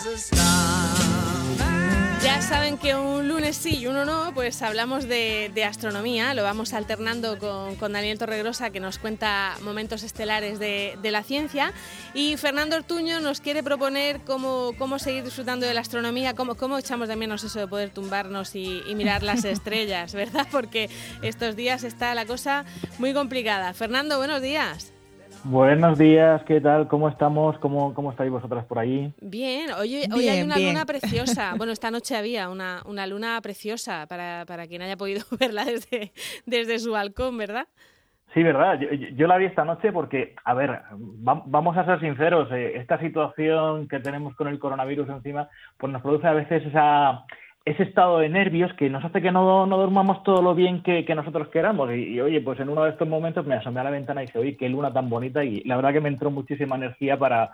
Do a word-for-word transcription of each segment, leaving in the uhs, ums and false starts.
Ya saben que un lunes sí y uno no, pues hablamos de, de astronomía, lo vamos alternando con, con Daniel Torregrosa, que nos cuenta momentos estelares de, de la ciencia, y Fernando Ortuño nos quiere proponer cómo, cómo seguir disfrutando de la astronomía, cómo, cómo echamos de menos eso de poder tumbarnos y, y mirar las estrellas, ¿verdad? Porque estos días está la cosa muy complicada. Fernando, buenos días. Buenos días, ¿qué tal? ¿Cómo estamos? ¿Cómo, cómo estáis vosotras por ahí? Bien, hoy, hoy bien, hay una bien. luna preciosa. Bueno, esta noche había una, una luna preciosa para, para quien haya podido verla desde, desde su balcón, ¿verdad? Sí, verdad. Yo, yo la vi esta noche porque, a ver, va, vamos a ser sinceros, eh, esta situación que tenemos con el coronavirus encima, pues nos produce a veces esa... ese estado de nervios que nos hace que no, no durmamos todo lo bien que, que nosotros queramos. Y, y, oye, pues en uno de estos momentos me asomé a la ventana y dije, oye, qué luna tan bonita. Y la verdad que me entró muchísima energía para,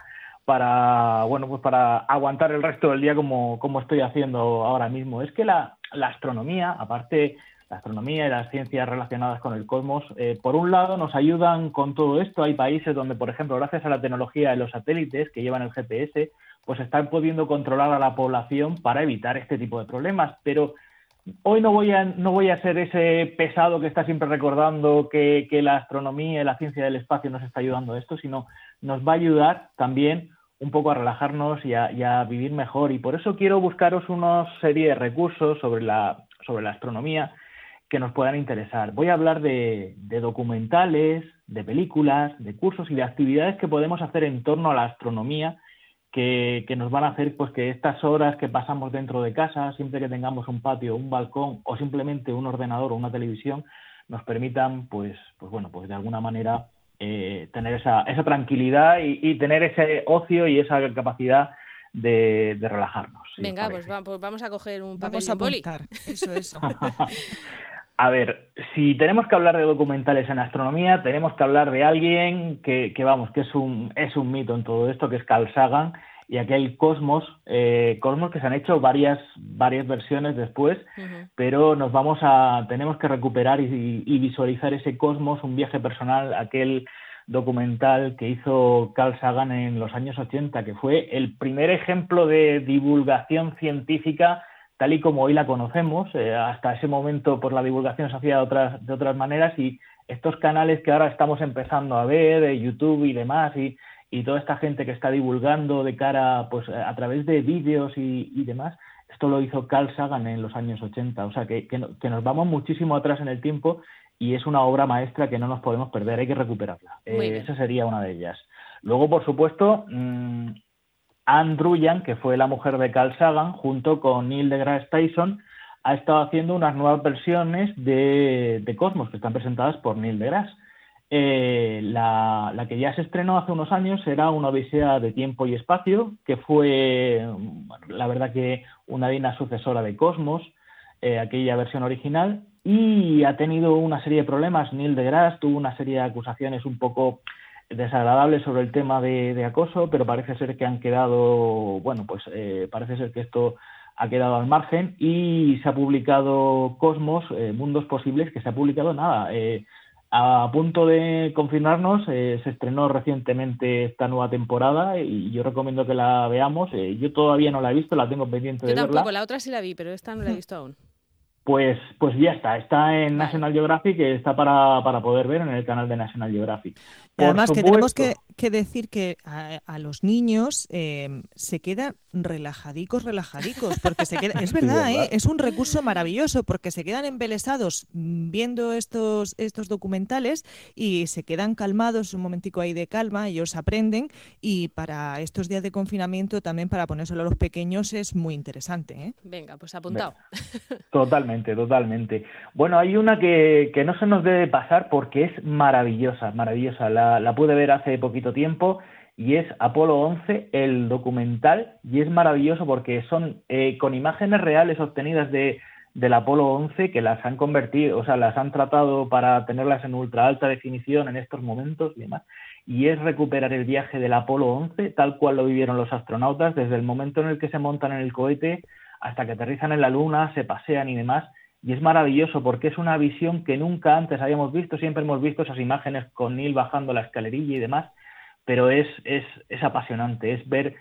para bueno, pues para aguantar el resto del día como, como estoy haciendo ahora mismo. Es que la, la astronomía, aparte la astronomía y las ciencias relacionadas con el cosmos, eh, por un lado nos ayudan con todo esto. Hay países donde, por ejemplo, gracias a la tecnología de los satélites que llevan el G P S, pues están pudiendo controlar a la población para evitar este tipo de problemas. Pero hoy no voy a, no voy a ser ese pesado que está siempre recordando que, que la astronomía y la ciencia del espacio nos está ayudando a esto, sino nos va a ayudar también un poco a relajarnos y a, y a vivir mejor. Y por eso quiero buscaros una serie de recursos sobre la, sobre la astronomía que nos puedan interesar. Voy a hablar de, de documentales, de películas, de cursos y de actividades que podemos hacer en torno a la astronomía, Que, que nos van a hacer pues que estas horas que pasamos dentro de casa, siempre que tengamos un patio, un balcón o simplemente un ordenador o una televisión, nos permitan pues, pues bueno, pues de alguna manera eh, tener esa, esa tranquilidad y, y tener ese ocio y esa capacidad de, de relajarnos. Si Venga, pues, va, pues vamos a coger un papel Vamos y a un boli. apuntar. Eso, eso. A ver, si tenemos que hablar de documentales en astronomía, tenemos que hablar de alguien que, que vamos, que es un, es un mito en todo esto, que es Carl Sagan, y aquel Cosmos, eh, Cosmos que se han hecho varias, varias versiones después, uh-huh. Pero nos vamos a, tenemos que recuperar y, y visualizar ese Cosmos, un viaje personal, aquel documental que hizo Carl Sagan en los años ochenta, que fue el primer ejemplo de divulgación científica tal y como hoy la conocemos. Eh, hasta ese momento pues la divulgación se hacía de otras, de otras maneras, y estos canales que ahora estamos empezando a ver, eh, YouTube y demás, y, y toda esta gente que está divulgando de cara pues a través de vídeos y, y demás, esto lo hizo Carl Sagan en los años ochenta, o sea que, que, que nos vamos muchísimo atrás en el tiempo y es una obra maestra que no nos podemos perder, hay que recuperarla. Eh, esa sería una de ellas. Luego, por supuesto, mmm, Anne Druyan, que fue la mujer de Carl Sagan, junto con Neil deGrasse Tyson, ha estado haciendo unas nuevas versiones de, de Cosmos, que están presentadas por Neil deGrasse. Eh, la, la que ya se estrenó hace unos años era Una odisea de tiempo y espacio, que fue, bueno, la verdad que una digna sucesora de Cosmos, eh, aquella versión original, y ha tenido una serie de problemas. Neil deGrasse tuvo una serie de acusaciones un poco desagradables sobre el tema de, de acoso, pero parece ser que han quedado, bueno, pues eh, parece ser que esto ha quedado al margen y se ha publicado Cosmos, eh, Mundos Posibles, que se ha publicado nada, eh, a punto de confirmarnos, eh, se estrenó recientemente esta nueva temporada y yo recomiendo que la veamos. Eh, yo todavía no la he visto, la tengo pendiente yo de tampoco, verla. La otra sí la vi, pero esta no la he visto aún. Pues, pues ya está, está en vale. National Geographic, está para, para poder ver en el canal de National Geographic. Por Además supuesto, que tenemos que, que decir que a, a los niños eh, se quedan relajadicos, relajadicos, porque se quedan, es verdad, sí, ¿verdad? ¿eh? Es un recurso maravilloso, porque se quedan embelesados viendo estos, estos documentales y se quedan calmados, un momentico ahí de calma, ellos aprenden, y para estos días de confinamiento también para ponérselo a los pequeños es muy interesante, ¿eh? Venga, pues apuntado. Totalmente, totalmente. Bueno, hay una que, que no se nos debe pasar porque es maravillosa, maravillosa. La, la pude ver hace poquito tiempo y es Apolo once, el documental, y es maravilloso porque son eh, con imágenes reales obtenidas de del Apolo once, que las han convertido, o sea, las han tratado para tenerlas en ultra alta definición en estos momentos y demás, y es recuperar el viaje del Apolo once tal cual lo vivieron los astronautas, desde el momento en el que se montan en el cohete hasta que aterrizan en la Luna, se pasean y demás, y es maravilloso porque es una visión que nunca antes habíamos visto. Siempre hemos visto esas imágenes con Neil bajando la escalerilla y demás, pero es, es, es apasionante, es ver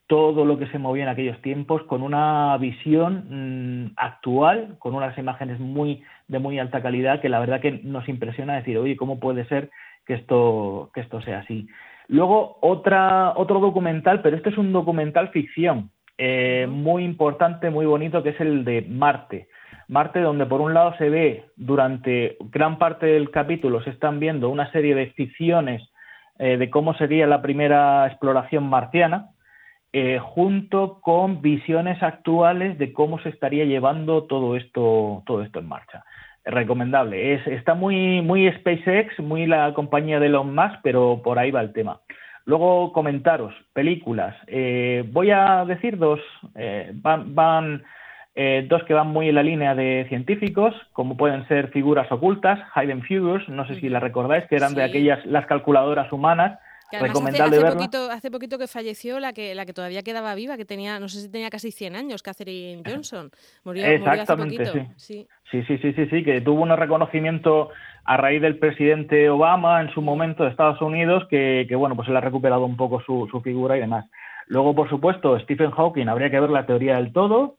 todo lo que se movía en aquellos tiempos con una visión mmm, actual, con unas imágenes muy de muy alta calidad que la verdad que nos impresiona decir, oye, ¿cómo puede ser que esto, que esto sea así? Luego, otra, otro documental, pero este es un documental ficción, eh, muy importante, muy bonito, que es el de Marte. Marte, donde por un lado se ve, durante gran parte del capítulo, se están viendo una serie de ficciones eh, de cómo sería la primera exploración marciana, eh, junto con visiones actuales de cómo se estaría llevando todo esto, todo esto en marcha. Recomendable. Es, está muy, muy SpaceX, muy la compañía de Elon Musk, pero por ahí va el tema. Luego, comentaros, películas. Eh, voy a decir dos, eh, van, van eh, dos que van muy en la línea de científicos, como pueden ser Figuras ocultas, Hidden Figures, no sé si las recordáis, que eran sí. de aquellas, las calculadoras humanas. Que además recomendable hace, hace, verla. poquito, hace poquito que falleció la que la que todavía quedaba viva, que tenía, no sé si tenía casi cien años, Katherine Johnson. Murió, Exactamente, murió hace poquito. Sí. Sí. sí, sí, sí, sí, que tuvo un reconocimiento a raíz del presidente Obama en su momento de Estados Unidos, que, que bueno, pues él ha recuperado un poco su, su figura y demás. Luego, por supuesto, Stephen Hawking, habría que ver la teoría del todo,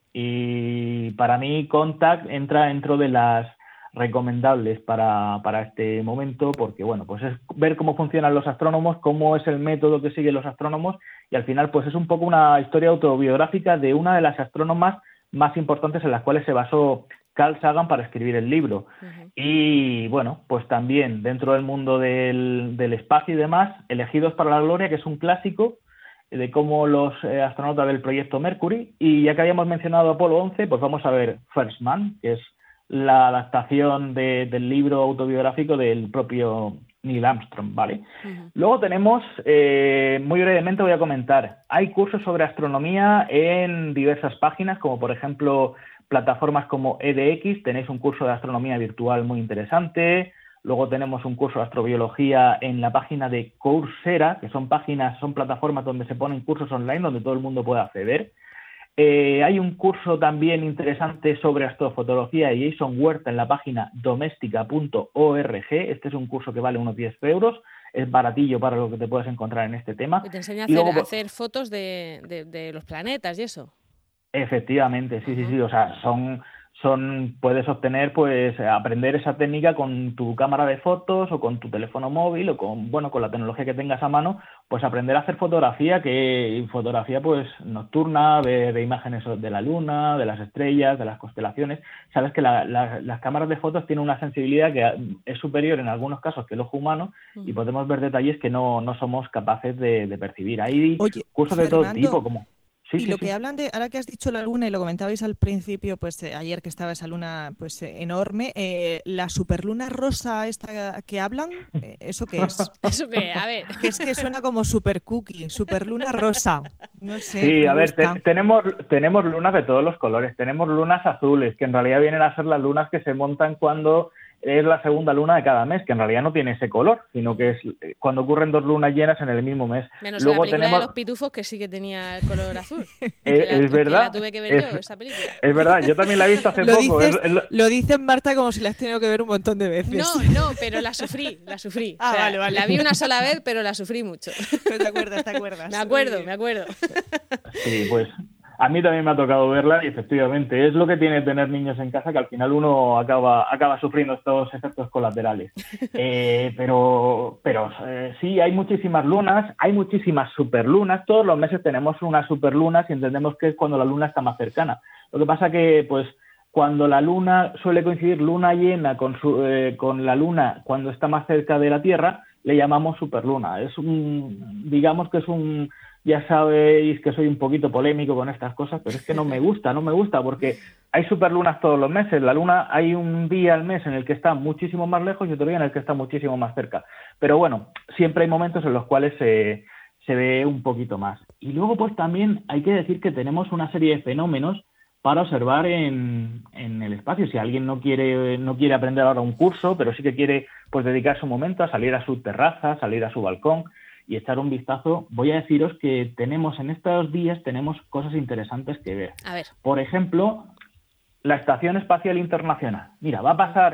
y para mí Contact entra dentro de las recomendables para, para este momento, porque bueno, pues es ver cómo funcionan los astrónomos, cómo es el método que siguen los astrónomos, y al final pues es un poco una historia autobiográfica de una de las astrónomas más importantes en las cuales se basó Carl Sagan para escribir el libro. Uh-huh. Y bueno, pues también dentro del mundo del, del espacio y demás, Elegidos para la Gloria, que es un clásico de cómo los eh, astronautas del proyecto Mercury, y ya que habíamos mencionado Apolo once, pues vamos a ver First Man, que es la adaptación de, del libro autobiográfico del propio Neil Armstrong, ¿vale? Uh-huh. Luego tenemos, eh, muy brevemente voy a comentar, hay cursos sobre astronomía en diversas páginas, como por ejemplo plataformas como E D X, tenéis un curso de astronomía virtual muy interesante. Luego tenemos un curso de astrobiología en la página de Coursera, que son páginas, son plataformas donde se ponen cursos online donde todo el mundo puede acceder. Eh, hay un curso también interesante sobre astrofotografía y Jason Huerta en la página doméstica punto org. Este es un curso que vale unos diez euros. Es baratillo para lo que te puedes encontrar en este tema. Y te enseña a hacer, luego, a hacer fotos de, de, de los planetas y eso. Efectivamente, sí, uh-huh. sí, sí. O sea, son... son puedes obtener, pues, aprender esa técnica con tu cámara de fotos o con tu teléfono móvil o con, bueno, con la tecnología que tengas a mano, pues aprender a hacer fotografía, que fotografía, pues, nocturna, de, de imágenes de la luna, de las estrellas, de las constelaciones. Sabes que la, la, las cámaras de fotos tienen una sensibilidad que es superior en algunos casos que el ojo humano uh-huh. y podemos ver detalles que no, no somos capaces de, de percibir. Hay Oye, cursos Fernando, de todo tipo, como... Sí, y sí, lo sí. que hablan de, ahora que has dicho la luna y lo comentabais al principio, pues eh, ayer que estaba esa luna pues eh, enorme, eh, la superluna rosa esta que hablan, eh, ¿eso qué es? ¿Eso qué? A ver. Que es que suena como super cookie, superluna rosa. No sé. Sí, a ver, te, tenemos, tenemos lunas de todos los colores. Tenemos lunas azules, que en realidad vienen a ser las lunas que se montan cuando es la segunda luna de cada mes, que en realidad no tiene ese color, sino que es cuando ocurren dos lunas llenas en el mismo mes. Menos Luego la película tenemos... de los pitufos, que sí que tenía el color azul. Es, la, es verdad. La tuve que ver es, yo, esa película. Es verdad, yo también la he visto hace lo poco. Dices, es, es... Lo dices, Marta, como si la has tenido que ver un montón de veces. No, no, pero la sufrí, la sufrí. Ah, o sea, vale, vale. La vi una sola vez, pero la sufrí mucho. Pero te acuerdas, te acuerdas. Me acuerdo, me acuerdo. Sí, pues... A mí también me ha tocado verla y efectivamente es lo que tiene tener niños en casa, que al final uno acaba acaba sufriendo estos efectos colaterales. Eh, pero pero eh, sí, hay muchísimas lunas, hay muchísimas superlunas. Todos los meses tenemos unas superlunas y entendemos que es cuando la luna está más cercana. Lo que pasa que pues cuando la luna suele coincidir luna llena con, su, eh, con la luna cuando está más cerca de la Tierra, le llamamos superluna. Es un, digamos que es un... Ya sabéis que soy un poquito polémico con estas cosas, pero es que no me gusta, no me gusta, porque hay superlunas todos los meses. La luna hay un día al mes en el que está muchísimo más lejos y otro día en el que está muchísimo más cerca. Pero bueno, siempre hay momentos en los cuales se, se ve un poquito más. Y luego pues también hay que decir que tenemos una serie de fenómenos para observar en, en el espacio. Si alguien no quiere, no quiere aprender ahora un curso, pero sí que quiere pues dedicar su momento a salir a su terraza, salir a su balcón y echar un vistazo, voy a deciros que tenemos en estos días tenemos cosas interesantes que ver. A ver. Por ejemplo, la Estación Espacial Internacional. Mira, va a pasar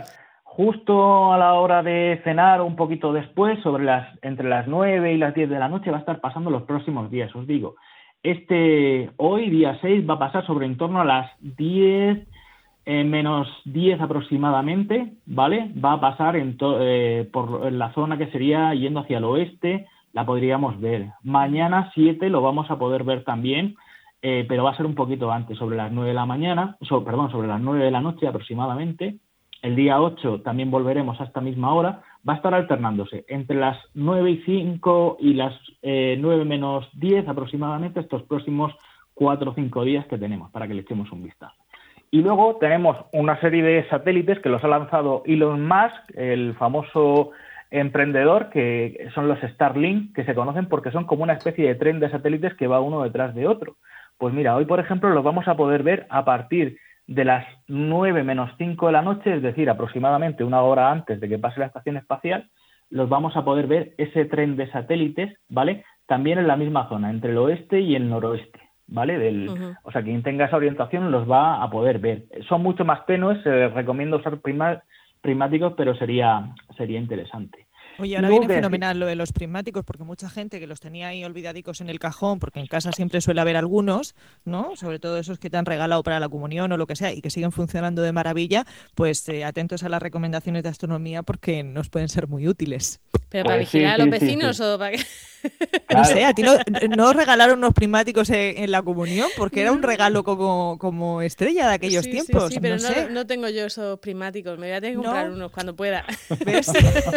justo a la hora de cenar o un poquito después, sobre las entre las nueve y las diez de la noche, va a estar pasando los próximos días, os digo. este hoy, día seis, va a pasar sobre en torno a las diez, eh, menos diez aproximadamente, ¿vale? Va a pasar en to- eh, por en la zona que sería yendo hacia el oeste, la podríamos ver. Mañana siete lo vamos a poder ver también, eh, pero va a ser un poquito antes, sobre las nueve de la mañana, so, perdón, sobre las nueve de la noche aproximadamente. El día ocho también volveremos a esta misma hora. Va a estar alternándose entre las nueve y cinco y las eh, nueve menos diez aproximadamente estos próximos cuatro o cinco días que tenemos, para que le echemos un vistazo. Y luego tenemos una serie de satélites que los ha lanzado Elon Musk, el famoso emprendedor, que son los Starlink, que se conocen porque son como una especie de tren de satélites que va uno detrás de otro. Pues mira, hoy por ejemplo los vamos a poder ver a partir de las nueve menos cinco de la noche, es decir, aproximadamente una hora antes de que pase la estación espacial, los vamos a poder ver ese tren de satélites, ¿vale? También en la misma zona, entre el oeste y el noroeste, ¿vale? Del, uh-huh. O sea, quien tenga esa orientación los va a poder ver. Son mucho más tenues, se recomienda usar prima, prismáticos, pero sería, sería interesante. Oye, ahora viene fenomenal lo de los prismáticos, porque mucha gente que los tenía ahí olvidadicos en el cajón, porque en casa siempre suele haber algunos, ¿no? Sobre todo esos que te han regalado para la comunión o lo que sea, y que siguen funcionando de maravilla, pues eh, atentos a las recomendaciones de astronomía porque nos pueden ser muy útiles. ¿Pero para pues vigilar sí, a los sí, vecinos sí, sí. o para qué? Claro. No sé, ¿a ti no, no os regalaron unos prismáticos en, en la comunión? Porque era un regalo como, como estrella de aquellos sí, tiempos. Sí, sí, pero no, no, sé. no tengo yo esos prismáticos. Me voy a tener que comprar ¿No? unos cuando pueda. ¿Ves?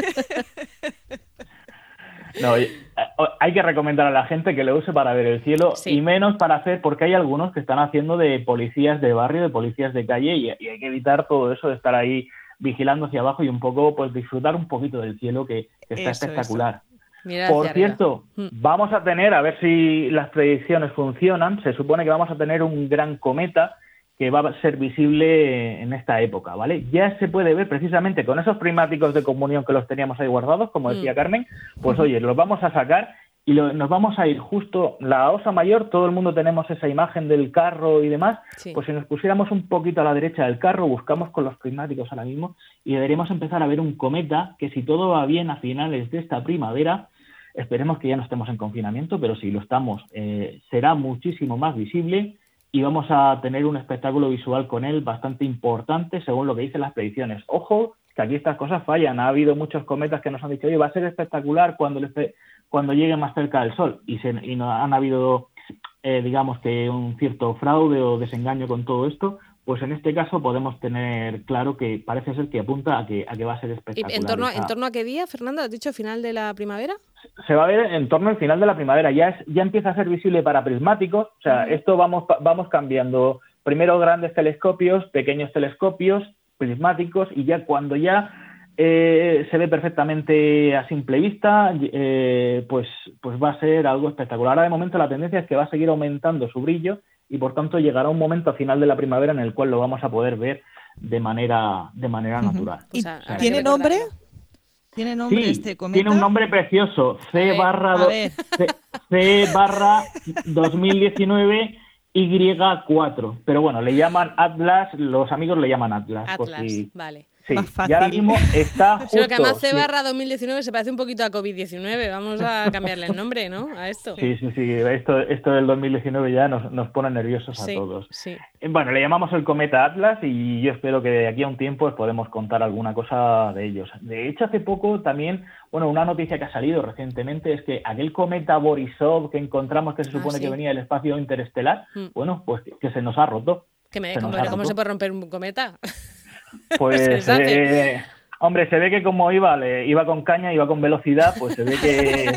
No, hay que recomendar a la gente que lo use para ver el cielo sí. y menos para hacer, porque hay algunos que están haciendo de policías de barrio, de policías de calle y, y hay que evitar todo eso de estar ahí vigilando hacia abajo y un poco, pues disfrutar un poquito del cielo que, que está eso, espectacular. Mira Por cierto, arriba. vamos a tener, a ver si las predicciones funcionan, se supone que vamos a tener un gran cometa que va a ser visible en esta época, ¿vale? Ya se puede ver precisamente con esos prismáticos de comunión que los teníamos ahí guardados, como decía mm. Carmen, pues oye, los vamos a sacar y lo, nos vamos a ir justo la Osa Mayor, todo el mundo tenemos esa imagen del carro y demás, sí. pues si nos pusiéramos un poquito a la derecha del carro, buscamos con los prismáticos ahora mismo y deberíamos empezar a ver un cometa que si todo va bien a finales de esta primavera, esperemos que ya no estemos en confinamiento, pero si lo estamos, eh, será muchísimo más visible y vamos a tener un espectáculo visual con él bastante importante según lo que dicen las predicciones. Ojo, que aquí estas cosas fallan. Ha habido muchos cometas que nos han dicho, oye, va a ser espectacular cuando, le, cuando llegue más cerca del Sol. Y, se, y no, han habido, eh, digamos que un cierto fraude o desengaño con todo esto. Pues en este caso podemos tener claro que parece ser que apunta a que, a que va a ser espectacular. ¿Y en torno, ¿En torno a qué día, Fernando? ¿Has dicho final de la primavera? Se va a ver en torno al final de la primavera. Ya es, ya empieza a ser visible para prismáticos. O sea, uh-huh. esto vamos, vamos cambiando. Primero grandes telescopios, pequeños telescopios, prismáticos, y ya cuando ya eh, se ve perfectamente a simple vista, eh, pues, pues va a ser algo espectacular. Ahora de momento la tendencia es que va a seguir aumentando su brillo y por tanto llegará un momento a final de la primavera en el cual lo vamos a poder ver de manera, de manera uh-huh. natural. ¿Y o sea, ¿Tiene nombre? ¿Tiene nombre sí, este cometa? Tiene un nombre precioso, C barra, do, C, C barra dos mil diecinueve Y cuatro. Pero bueno, le llaman Atlas, los amigos le llaman Atlas. Atlas, si... vale. Sí, más fácil. Y ahora mismo está justo... Creo que además C barra dos mil diecinueve se parece un poquito a COVID diecinueve. Vamos a cambiarle el nombre, ¿no? A esto. Sí, sí, sí. Esto, esto del dos mil diecinueve ya nos, nos pone nerviosos sí, a todos. Sí. Bueno, le llamamos el cometa Atlas y yo espero que de aquí a un tiempo os podemos contar alguna cosa de ellos. De hecho, hace poco también, bueno, una noticia que ha salido recientemente es que aquel cometa Borisov que encontramos que se supone ah, sí. que venía del espacio interestelar, mm. bueno, pues que, que se nos ha roto. ¿Qué me, ¿Cómo, ¿Cómo se puede romper un cometa? Pues... eh, hombre, se ve que como iba, le, iba con caña, iba con velocidad, pues se ve que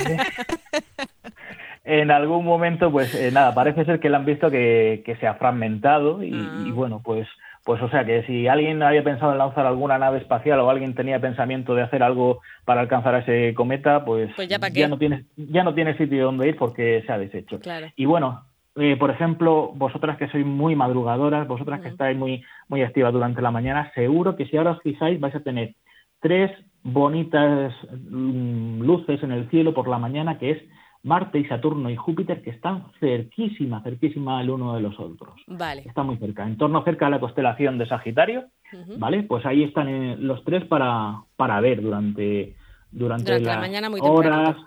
en algún momento, pues eh, nada, parece ser que le han visto que, que se ha fragmentado y, ah. y bueno, pues, pues o sea que si alguien había pensado en lanzar alguna nave espacial o alguien tenía pensamiento de hacer algo para alcanzar a ese cometa, pues, pues ya, ya no tiene, ya no tiene sitio donde ir porque se ha deshecho. Claro. Y bueno, Eh, por ejemplo, vosotras que sois muy madrugadoras, vosotras uh-huh. que estáis muy, muy activas durante la mañana, seguro que si ahora os fijáis vais a tener tres bonitas mm, luces en el cielo por la mañana, que es Marte y Saturno y Júpiter, que están cerquísima, cerquísima el uno de los otros. Vale. Están muy cerca, en torno cerca de la constelación de Sagitario, uh-huh. ¿vale? Pues ahí están eh, los tres para, para ver durante, durante, durante las la mañana muy horas... tempranito.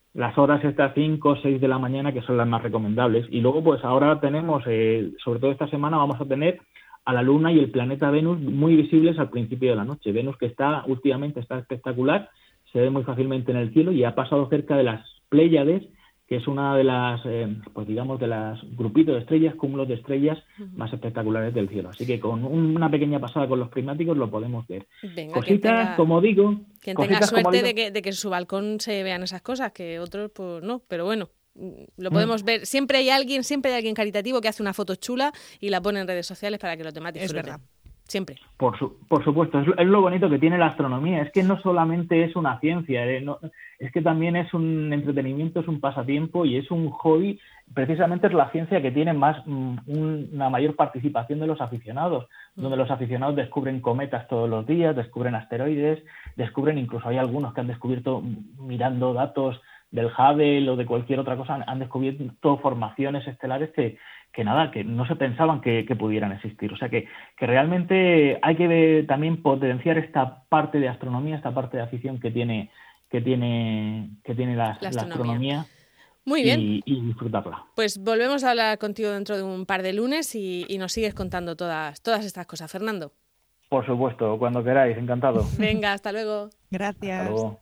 las horas estas cinco o seis de la mañana, que son las más recomendables. Y luego, pues ahora tenemos, eh, sobre todo esta semana, vamos a tener a la Luna y el planeta Venus muy visibles al principio de la noche. Venus, que está últimamente está espectacular, se ve muy fácilmente en el cielo y ha pasado cerca de las Pléyades, que es una de las, eh, pues digamos, de las grupitos de estrellas, cúmulos de estrellas uh-huh. más espectaculares del cielo. Así que con una pequeña pasada con los prismáticos lo podemos ver. Venga, cositas, tenga, como digo... Quien cositas, tenga suerte digo, de que, de que en su balcón se vean esas cosas, que otros, pues no, pero bueno, lo podemos mm. ver. Siempre hay alguien, siempre hay alguien caritativo que hace una foto chula y la pone en redes sociales para que los demás disfruten. Es verdad. Siempre. Por, su, por supuesto, es, es lo bonito que tiene la astronomía, es que no solamente es una ciencia, eh, no, es que también es un entretenimiento, es un pasatiempo y es un hobby. Precisamente es la ciencia que tiene más mm, una mayor participación de los aficionados, mm. donde los aficionados descubren cometas todos los días, descubren asteroides, descubren, incluso hay algunos que han descubierto mirando datos del Hubble o de cualquier otra cosa, han, han descubierto formaciones estelares que que nada, que no se pensaban que, que pudieran existir. O sea que, que realmente hay que ver, también potenciar esta parte de astronomía, esta parte de afición que tiene, que tiene, que tiene la, la, astronomía. la astronomía. Muy bien. Y, y disfrutarla. Pues volvemos a hablar contigo dentro de un par de lunes y, y nos sigues contando todas, todas estas cosas, Fernando. Por supuesto, cuando queráis, encantado. Venga, hasta luego. Gracias. Hasta luego.